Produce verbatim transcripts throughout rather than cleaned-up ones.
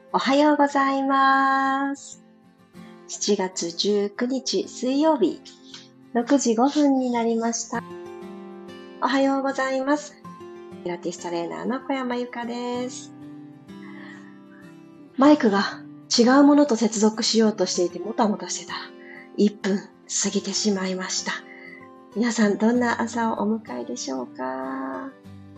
おはようございます。しちがつじゅうくにち水曜日、ろくじごふんになりました。おはようございます。ピラティストレーナーの小山由かです。マイクが違うものと接続しようとしていてもたもたしてたらいっぷん過ぎてしまいました。皆さんどんな朝をお迎えでしょうか？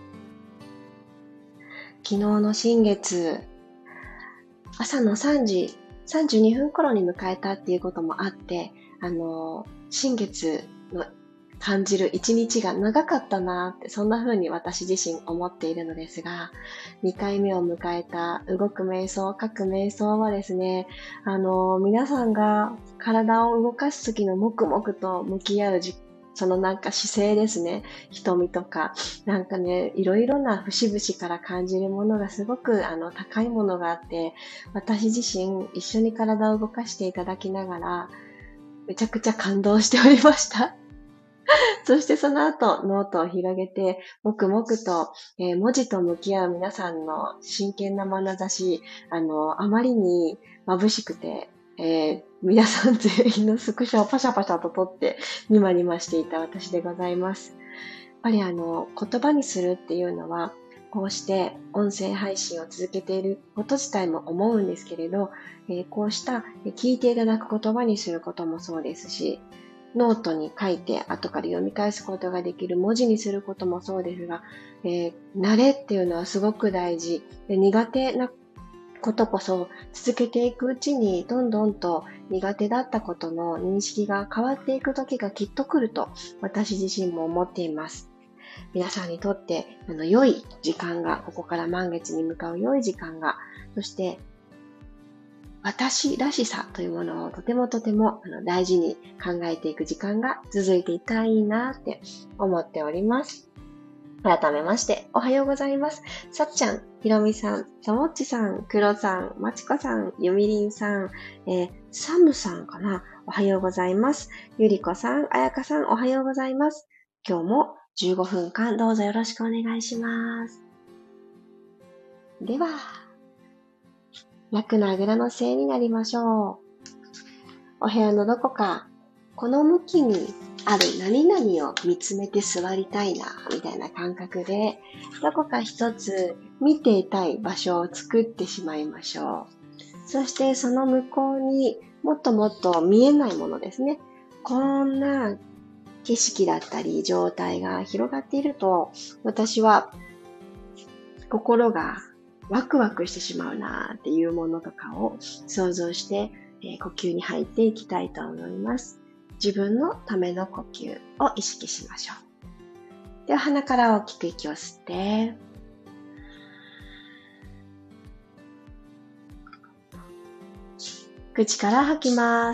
昨日の新月、朝のさんじさんじゅうにふん頃に迎えたっていうこともあって、あの、新月の感じる一日が長かったなって、そんな風に私自身思っているのですが、にかいめを迎えた動く瞑想、書く瞑想はですね、あの、皆さんが体を動かす時の黙々と向き合う時そのなんか姿勢ですね。瞳とか、なんかね、いろいろな節々から感じるものがすごくあの高いものがあって、私自身一緒に体を動かしていただきながら、めちゃくちゃ感動しておりました。そしてその後、ノートを広げて、黙々と、えー文字と向き合う皆さんの真剣な眼差し、あの、あまりに眩しくて、えー皆さん全員のスクショをパシャパシャと撮って、ニマニマしていた私でございます。やっぱりあの、言葉にするっていうのは、こうして音声配信を続けていること自体も思うんですけれど、えーこうしたえー聞いていただく言葉にすることもそうですし、ノートに書いて後から読み返すことができる文字にすることもそうですが、えー慣れっていうのはすごく大事で、苦手なことこそ続けていくうちにどんどんと苦手だったことの認識が変わっていく時がきっと来ると私自身も思っています。皆さんにとってあの良い時間が、ここから満月に向かう良い時間が、そして私らしさというものをとてもとてもあの大事に考えていく時間が続いていたらいいなって思っております。改めまして、おはようございます。さっちゃん、ひろみさん、ともっちさん、くろさん、まちこさん、ゆみりんさん、えー、サムさんかな、おはようございます。ゆりこさん、あやかさん、おはようございます。今日もじゅうごふんかんどうぞよろしくお願いします。では、楽なあぐらの姿勢になりましょう。お部屋のどこか、この向きにある何々を見つめて座りたいな、みたいな感覚で、どこか一つ見ていたい場所を作ってしまいましょう。そしてその向こうにもっともっと見えないものですね。こんな景色だったり状態が広がっていると、私は心がワクワクしてしまうなっていうものとかを想像して、えー呼吸に入っていきたいと思います。自分のための呼吸を意識しましょう。では鼻から大きく息を吸って、口から吐きます。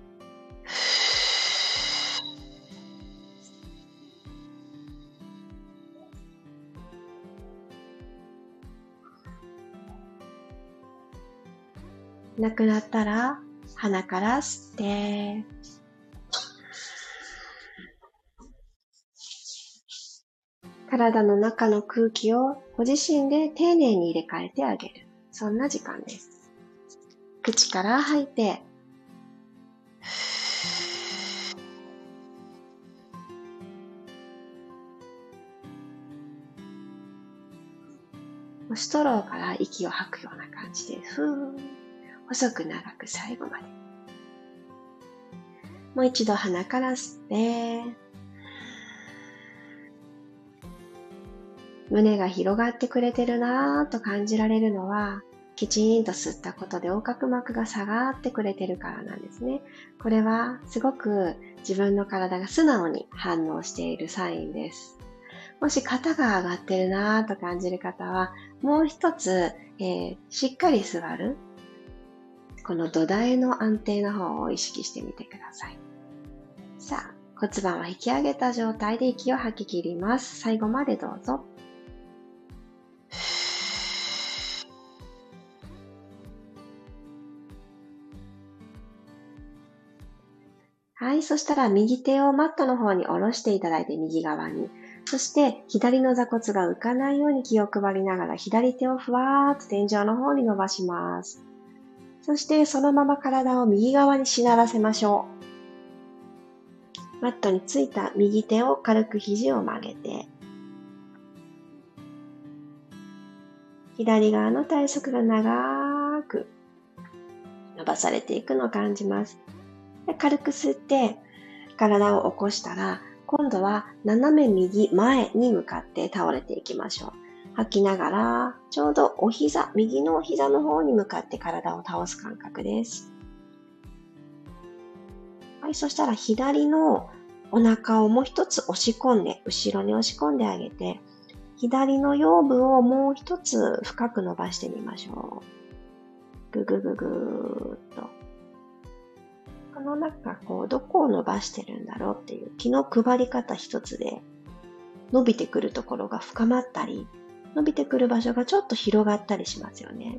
なくなったら鼻から吸って、体の中の空気をご自身で丁寧に入れ替えてあげる。そんな時間です。口から吐いて、ストローから息を吐くような感じで、ふー、細く長く最後まで。もう一度鼻から吸って、胸が広がってくれてるなぁと感じられるのは、きちんと吸ったことで横隔膜が下がってくれてるからなんですね。これはすごく自分の体が素直に反応しているサインです。もし肩が上がってるなぁと感じる方は、もう一つ、えー、しっかり座る。この土台の安定の方を意識してみてください。さあ、骨盤は引き上げた状態で息を吐き切ります。最後までどうぞ。はい、そしたら右手をマットの方に下ろしていただいて右側に。 そして左の座骨が浮かないように気を配りながら左手をふわーっと天井の方に伸ばします。そしてそのまま体を右側にしならせましょう。マットについた右手を軽く肘を曲げて、左側の体側が長く伸ばされていくのを感じます。で、軽く吸って体を起こしたら、今度は斜め右前に向かって倒れていきましょう。吐きながら、ちょうどお膝、右のお膝の方に向かって体を倒す感覚です。はい、そしたら左のお腹をもう一つ押し込んで、後ろに押し込んであげて、左の腰部をもう一つ深く伸ばしてみましょう。ぐぐぐぐーっと。この中、こう、どこを伸ばしてるんだろうっていう気の配り方一つで、伸びてくるところが深まったり、伸びてくる場所がちょっと広がったりしますよね。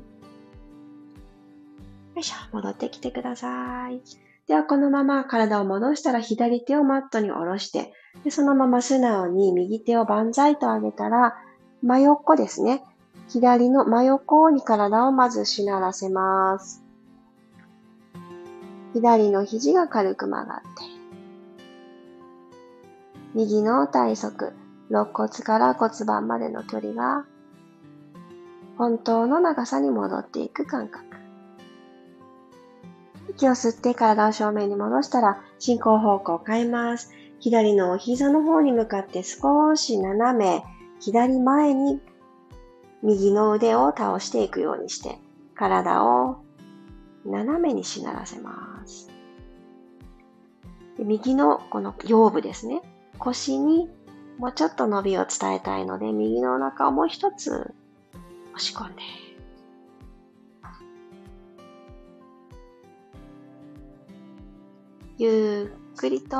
よいしょ、戻ってきてください。では、このまま体を戻したら左手をマットに下ろして、でそのまま素直に右手を万歳と上げたら、真横ですね。左の真横に体をまずしならせます。左の肘が軽く曲がって、右の体側、肋骨から骨盤までの距離が本当の長さに戻っていく感覚。息を吸って体を正面に戻したら進行方向を変えます。左のお膝の方に向かって少し斜め左前に右の腕を倒していくようにして体を斜めにしならせます。で右のこの腰部ですね。腰にもうちょっと伸びを伝えたいので右のお腹をもう一つ押し込んで。ゆっくりと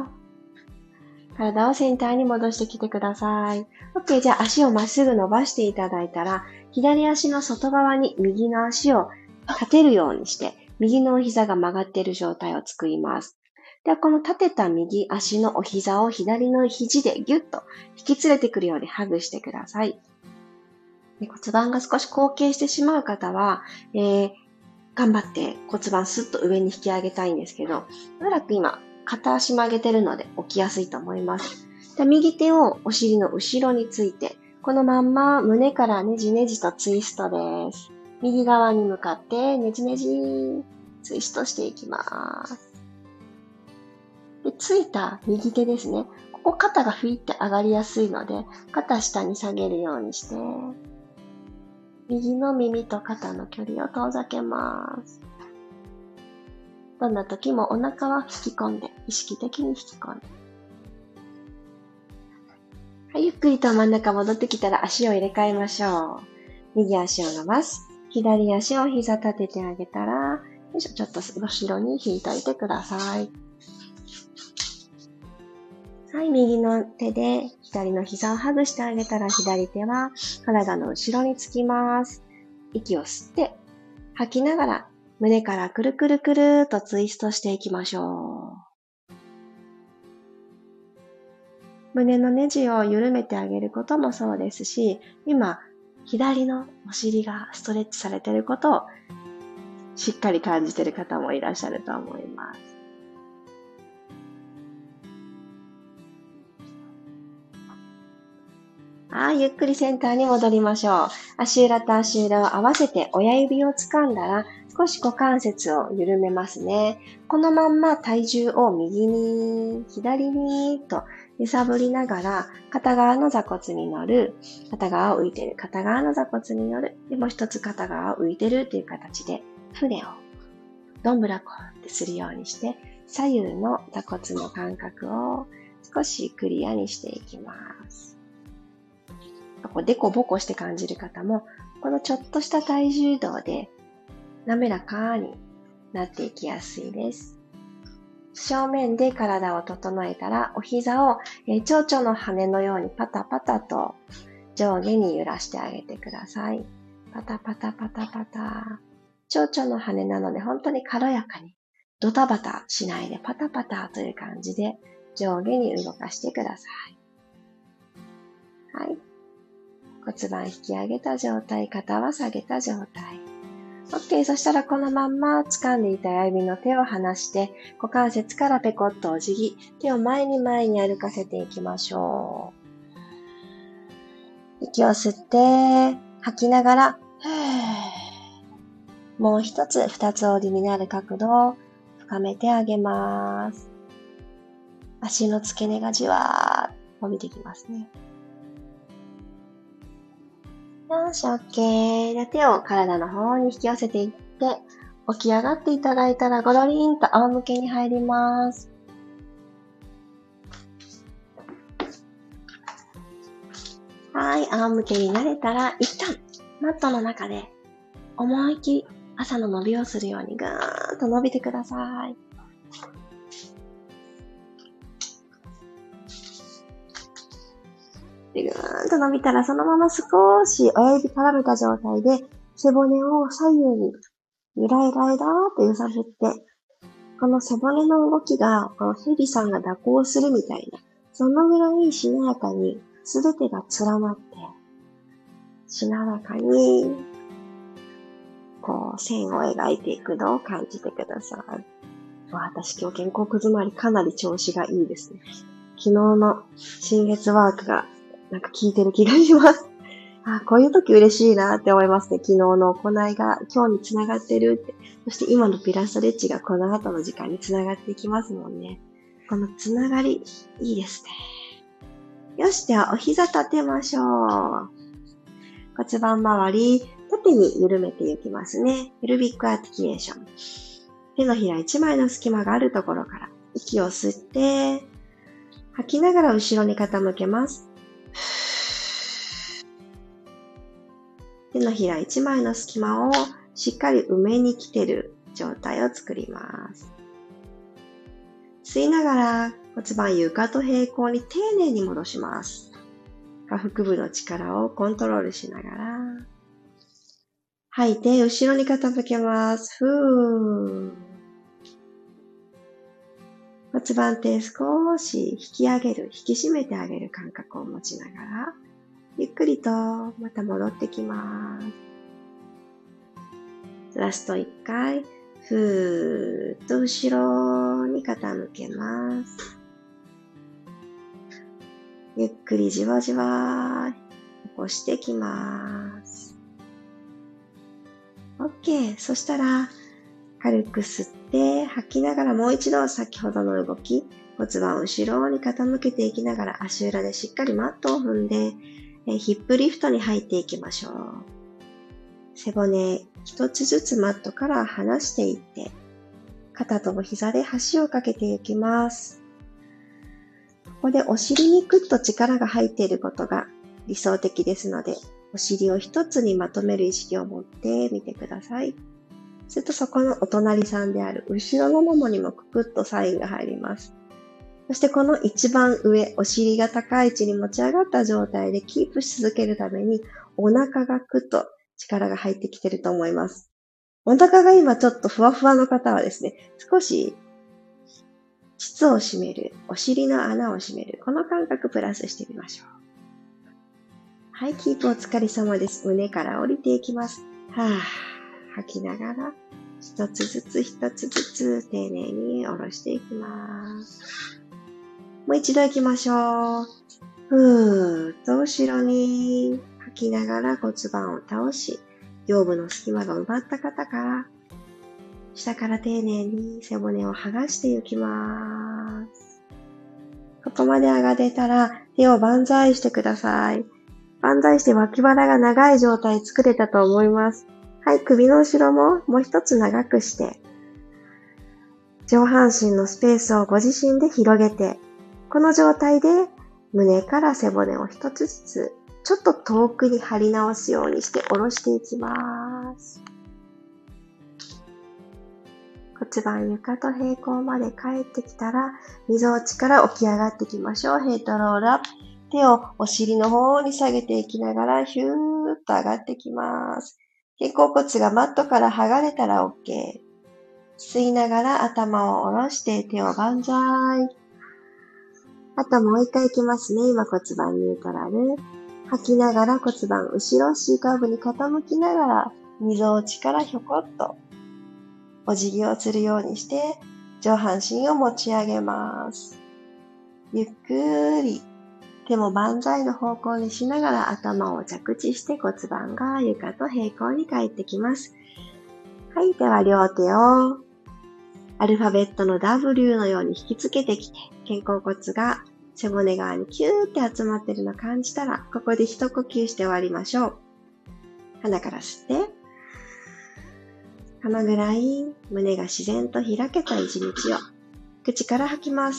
体をセンターに戻してきてください。OK、じゃあ足をまっすぐ伸ばしていただいたら、左足の外側に右の足を立てるようにして、右のお膝が曲がっている状態を作ります。では、この立てた右足のお膝を左の肘でギュッと引き連れてくるようにハグしてください。で骨盤が少し後傾してしまう方は、えー、頑張って骨盤スッと上に引き上げたいんですけど、おそらく今、片足曲げてるので起きやすいと思います。で右手をお尻の後ろについて、このまんま胸からねじねじとツイストです。右側に向かってねじねじツイストしていきます。でついた右手ですね。ここ肩がふいって上がりやすいので、肩下に下げるようにして、右の耳と肩の距離を遠ざけます。どんな時もお腹は引き込んで、意識的に引き込んで。はい、ゆっくりと真ん中戻ってきたら足を入れ替えましょう。右足を伸ばす。左足を膝立ててあげたら、よいしょ、ちょっと後ろに引いといてください。はい、右の手で左の膝をハグしてあげたら、左手は体の後ろにつきます。息を吸って、吐きながら胸からくるくるくるとツイストしていきましょう。胸のネジを緩めてあげることもそうですし、今、左のお尻がストレッチされていることをしっかり感じている方もいらっしゃると思います。はい、ゆっくりセンターに戻りましょう。足裏と足裏を合わせて親指を掴んだら、少し股関節を緩めますね。このまんま体重を右に、左にと揺さぶりながら、片側の座骨に乗る、片側を浮いてる、片側の座骨に乗る、でもう一つ片側を浮いてるという形で、船をどんぶらこってするようにして、左右の座骨の感覚を少しクリアにしていきます。こうデコボコして感じる方も、このちょっとした体重動で滑らかになっていきやすいです。正面で体を整えたら、お膝を、えー、蝶々の羽のようにパタパタと上下に揺らしてあげてください。パタパタパタパタ。蝶々の羽なので本当に軽やかに、ドタバタしないでパタパタという感じで上下に動かしてください。 はい。骨盤引き上げた状態、肩は下げた状態。OK。そしたらこのまんま掴んでいた親指の手を離して、股関節からペコッとお辞儀、手を前に前に歩かせていきましょう。息を吸って、吐きながら、もう一つ、二つ折りになる角度を深めてあげます。足の付け根がじわーっと伸びてきますね。よし、OK。で、手を体の方に引き寄せていって、起き上がっていただいたら、ゴロリンと仰向けに入ります。はい、仰向けになれたら、一旦、マットの中で、思いっきり朝の伸びをするようにぐーんと伸びてください。で、ぐーんと伸びたら、そのまま少し親指絡めた状態で、背骨を左右にゆらゆらゆらーっと揺さぶって、この背骨の動きが、このヘビさんが蛇行するみたいな、そのぐらいしなやかに、すべてが連なって、しなやかに、こう、線を描いていくのを感じてください。私今日肩甲骨周りかなり調子がいいですね。昨日の新月ワークがなんか効いてる気がします。あ、こういう時嬉しいなって思いますね。昨日の行いが今日につながってるって。そして今のピラストレッチがこの後の時間につながっていきますもんね。このつながり、いいですね。よし、ではお膝立てましょう。骨盤周り、縦に緩めていきますね。ペルビックアーティキュレーション。手のひら一枚の隙間があるところから息を吸って、吐きながら後ろに傾けます。手のひら一枚の隙間をしっかり埋めに来てる状態を作ります。吸いながら骨盤床と平行に丁寧に戻します。下腹部の力をコントロールしながら吐いて後ろに傾けます。ふー。骨盤底少し引き上げる、引き締めてあげる感覚を持ちながらゆっくりとまた戻ってきます。ラストいっかい、ふーっと後ろに傾けます。ゆっくりじわじわ起こしてきます。OK。そしたら軽く吸って吐きながらもう一度先ほどの動き、骨盤を後ろに傾けていきながら足裏でしっかりマットを踏んでヒップリフトに入っていきましょう。背骨一つずつマットから離していって、肩とお膝で橋をかけていきます。ここでお尻にグッと力が入っていることが理想的ですので、お尻を一つにまとめる意識を持ってみてください。するとそこのお隣さんである後ろのももにもククッとサインが入ります。そしてこの一番上、お尻が高い位置に持ち上がった状態でキープし続けるために、お腹がクッと力が入ってきてると思います。お腹が今ちょっとふわふわの方はですね、少し膣を締める、お尻の穴を締める、この感覚プラスしてみましょう。はい、キープお疲れ様です。胸から降りていきます。はぁ、吐きながら、一つずつ一つずつ丁寧に下ろしていきます。もう一度行きましょう。ふーっと後ろに吐きながら骨盤を倒し、腰部の隙間が埋まった方から、下から丁寧に背骨を剥がしていきます。ここまで上がれたら手を万歳してください。万歳して脇腹が長い状態作れたと思います。はい、首の後ろももう一つ長くして、上半身のスペースをご自身で広げて、この状態で胸から背骨を一つずつちょっと遠くに張り直すようにして下ろしていきます。骨盤床と平行まで帰ってきたら、みぞおちから起き上がっていきましょう。ヘッドロールアップ。手をお尻の方に下げていきながら、ヒューッと上がってきます。肩甲骨がマットから剥がれたら OK。吸いながら頭を下ろして手を万歳。あともう一回いきますね。今骨盤ニュートラル。 吐きながら骨盤後ろ、Cカーブに傾きながら、みぞおちからひょこっと、お辞儀をするようにして、上半身を持ち上げます。ゆっくり、手も万歳の方向にしながら頭を着地して骨盤が床と平行に返ってきます。はい、では両手をアルファベットの ダブリュー のように引きつけてきて、肩甲骨が背骨側にキューって集まってるのを感じたら、ここで一呼吸して終わりましょう。鼻から吸って、このぐらい胸が自然と開けた一日を口から吐きます。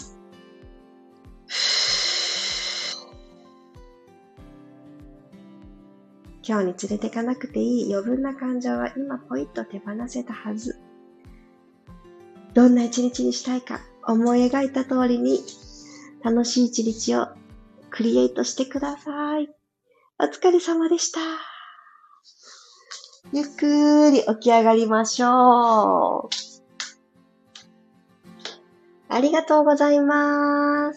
今日に連れてかなくていい余分な感情は今ポイッと手放せたはず。どんな一日にしたいか思い描いた通りに楽しい一日をクリエイトしてください。お疲れ様でした。ゆっくり起き上がりましょう。ありがとうございます。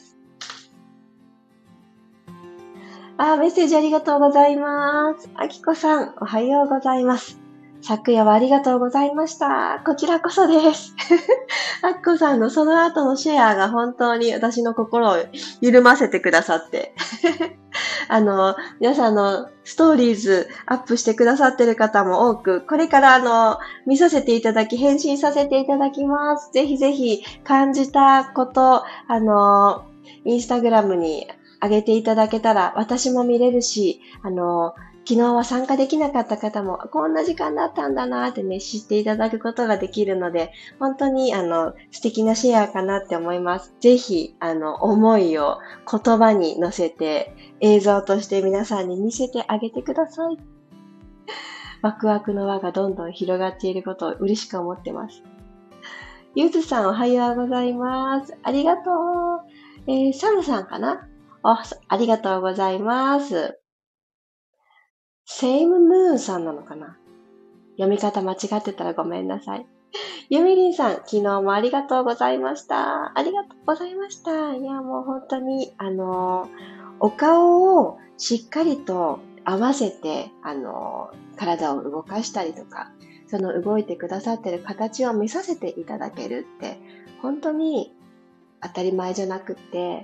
あ、メッセージありがとうございます。あきこさん、おはようございます。昨夜はありがとうございました。こちらこそです。あきこさんのその後のシェアが本当に私の心を緩ませてくださって。あの、皆さんのストーリーズアップしてくださってる方も多く、これからあの、見させていただき、返信させていただきます。ぜひぜひ感じたこと、あの、インスタグラムに上げていただけたら、私も見れるし、あの、昨日は参加できなかった方も、こんな時間だったんだなーってね、知っていただくことができるので、本当に、あの、素敵なシェアかなって思います。ぜひ、あの、思いを言葉に乗せて、映像として皆さんに見せてあげてください。ワクワクの輪がどんどん広がっていることを嬉しく思ってます。ゆずさんおはようございます。ありがとう。えー、サムさんかな？あ、ありがとうございます。セイムムーンさんなのかな？読み方間違ってたらごめんなさい。ゆみりんさん、昨日もありがとうございました。ありがとうございました。いや、もう本当に、あの、お顔をしっかりと合わせて、あの、体を動かしたりとか、その動いてくださってる形を見させていただけるって、本当に当たり前じゃなくって、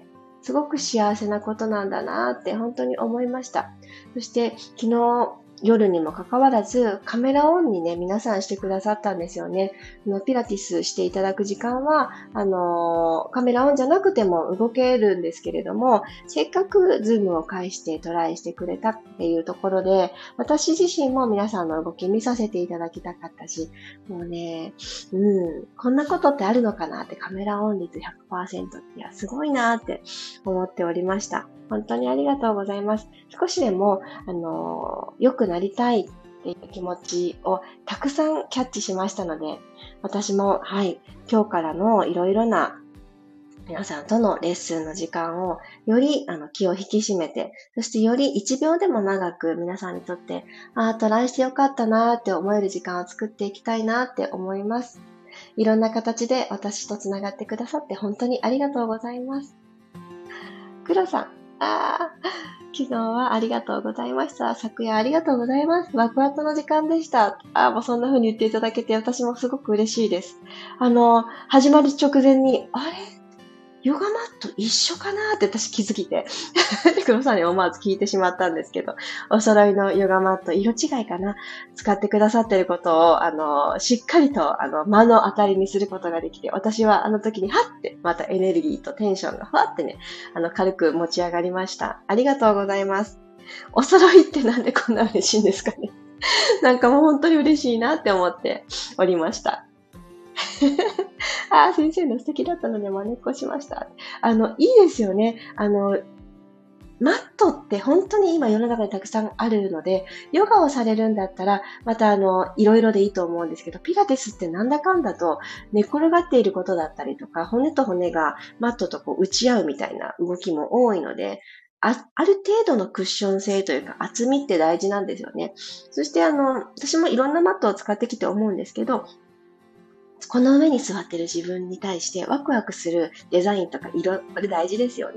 すごく幸せなことなんだなって本当に思いました。そして昨日夜にもかかわらずカメラオンにね、皆さんしてくださったんですよね。ピラティスしていただく時間は、あのー、カメラオンじゃなくても動けるんですけれども、せっかくズームを介してトライしてくれたっていうところで、私自身も皆さんの動き見させていただきたかったし、もうね、うん、こんなことってあるのかなって、カメラオン率 ひゃくパーセント って、いや、すごいなって思っておりました。本当にありがとうございます。少しでも、あの、良くなりたいっていう気持ちをたくさんキャッチしましたので、私も、はい、今日からのいろいろな皆さんとのレッスンの時間をよりあの気を引き締めて、そしてよりいちびょうでも長く皆さんにとって、ああ、トライしてよかったなーって思える時間を作っていきたいなって思います。いろんな形で私とつながってくださって本当にありがとうございます。クロさん、あ昨日はありがとうございました。昨夜ありがとうございます。ワクワクの時間でした。あもうそんな風に言っていただけて私もすごく嬉しいです。あの、始まる直前に、あれヨガマット一緒かなって私気づいて。黒さんに思わず聞いてしまったんですけど、お揃いのヨガマット、色違いかな使ってくださっていることを、あの、しっかりと、あの、目の当たりにすることができて、私はあの時に、はって、またエネルギーとテンションが、ふわってね、あの、軽く持ち上がりました。ありがとうございます。お揃いってなんでこんな嬉しいんですかね。なんかもう本当に嬉しいなって思っておりました。ああ、先生の素敵だったので真似っこしました。あの、いいですよね。あの、マットって本当に今世の中にたくさんあるので、ヨガをされるんだったら、またあの、いろいろでいいと思うんですけど、ピラティスってなんだかんだと寝転がっていることだったりとか、骨と骨がマットとこう打ち合うみたいな動きも多いので、あ, ある程度のクッション性というか厚みって大事なんですよね。そしてあの、私もいろんなマットを使ってきて思うんですけど、この上に座ってる自分に対してワクワクするデザインとか色、これ大事ですよね。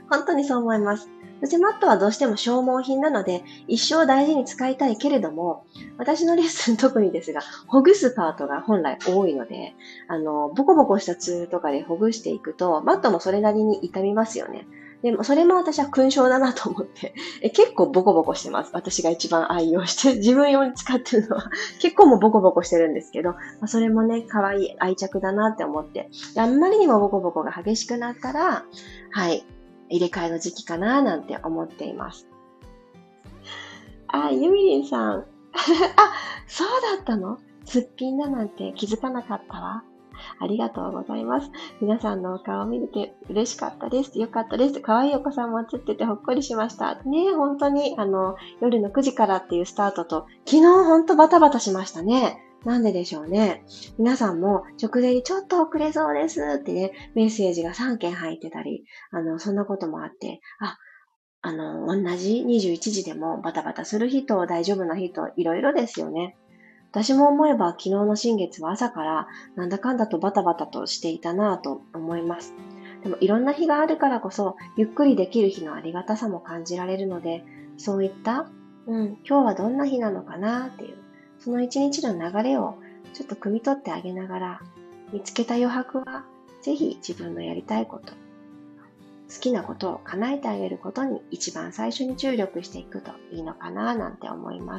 本当にそう思います。そしてマットはどうしても消耗品なので、一生大事に使いたいけれども、私のレッスン特にですが、ほぐすパートが本来多いので、あの、ボコボコしたツールとかでほぐしていくと、マットもそれなりに痛みますよね。でも、それも私は勲章だなと思って、え結構ボコボコしてます。私が一番愛用して、自分用に使ってるのは、結構もうボコボコしてるんですけど、まあ、それもね、可愛い愛着だなって思って、あんまりにもボコボコが激しくなったら、はい、入れ替えの時期かななんて思っています。あ、ゆみりんさん。あ、そうだったの？すっぴんだなんて気づかなかったわ。ありがとうございます。皆さんのお顔を見れて嬉しかったです。よかったです。可愛いお子さんも映っててほっこりしました。ねえ、本当に、あの、夜のくじからっていうスタートと、昨日ほんとバタバタしましたね。なんででしょうね。皆さんも直前にちょっと遅れそうですってね、メッセージがさんけん入ってたり、あの、そんなこともあって、あ、あの、同じにじゅういちじでもバタバタする日と大丈夫な日といろいろですよね。私も思えば昨日の新月は朝からなんだかんだとバタバタとしていたなぁと思います。でもいろんな日があるからこそゆっくりできる日のありがたさも感じられるので、そういった、うん、今日はどんな日なのかなっていう、その一日の流れをちょっと汲み取ってあげながら、見つけた余白はぜひ自分のやりたいこと、好きなことを叶えてあげることに一番最初に注力していくといいのかななんて思います。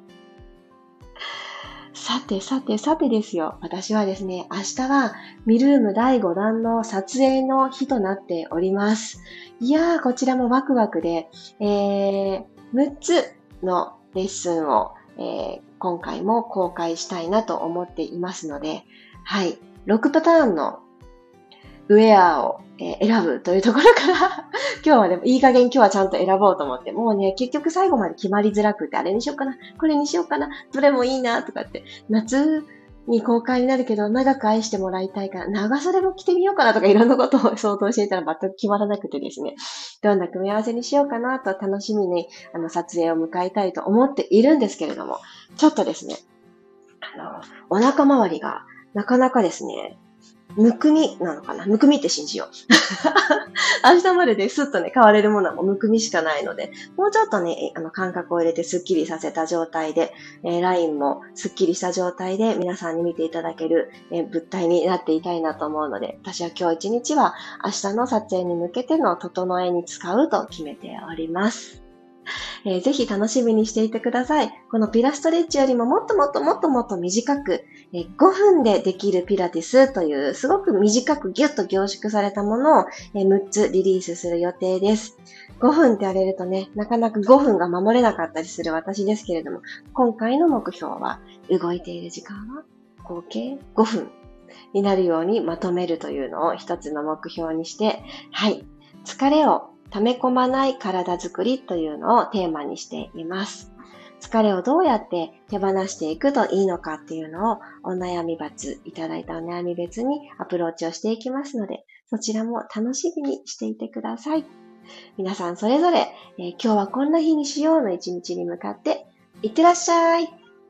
さてさてさてですよ。私はですね、明日はミルームだいごだんの撮影の日となっております。いやー、こちらもワクワクで、えー、むっつのレッスンを、えー、今回も公開したいなと思っていますので、はい、ろくパターンのウェアを、えー、選ぶというところから今日はでもいい加減今日はちゃんと選ぼうと思って、もうね、結局最後まで決まりづらくて、あれにしようかな、これにしようかな、どれもいいな、とかって、夏に公開になるけど、長く愛してもらいたいから、長袖も着てみようかなとかいろんなことを想像していたら全く決まらなくてですね、どんな組み合わせにしようかなと楽しみに、あの、撮影を迎えたいと思っているんですけれども、ちょっとですね、あの、お腹周りがなかなかですね、むくみなのかな？むくみって信じよう。明日まででスッとね、変われるものはもうむくみしかないので、もうちょっとね、あの、感覚を入れてスッキリさせた状態で、えー、ラインもスッキリした状態で皆さんに見ていただける、えー、物体になっていたいなと思うので、私は今日一日は明日の撮影に向けての整えに使うと決めております。えー、ぜひ楽しみにしていてください。このピラストレッチよりももっともっともっともっと短く、えー、ごふんでできるピラティスというすごく短くギュッと凝縮されたものを、えー、むっつリリースする予定です。ごふんって言われるとね、なかなかごふんが守れなかったりする私ですけれども、今回の目標は動いている時間は合計ごふんになるようにまとめるというのを一つの目標にして、はい、疲れを溜め込まない体づくりというのをテーマにしています。疲れをどうやって手放していくといいのかっていうのをお悩み別、いただいたお悩み別にアプローチをしていきますので、そちらも楽しみにしていてください。皆さんそれぞれ、えー、今日はこんな日にしようの一日に向かっていってらっしゃい。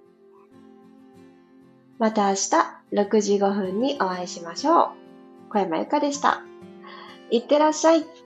また明日ろくじごふんにお会いしましょう。小山由かでした。いってらっしゃい。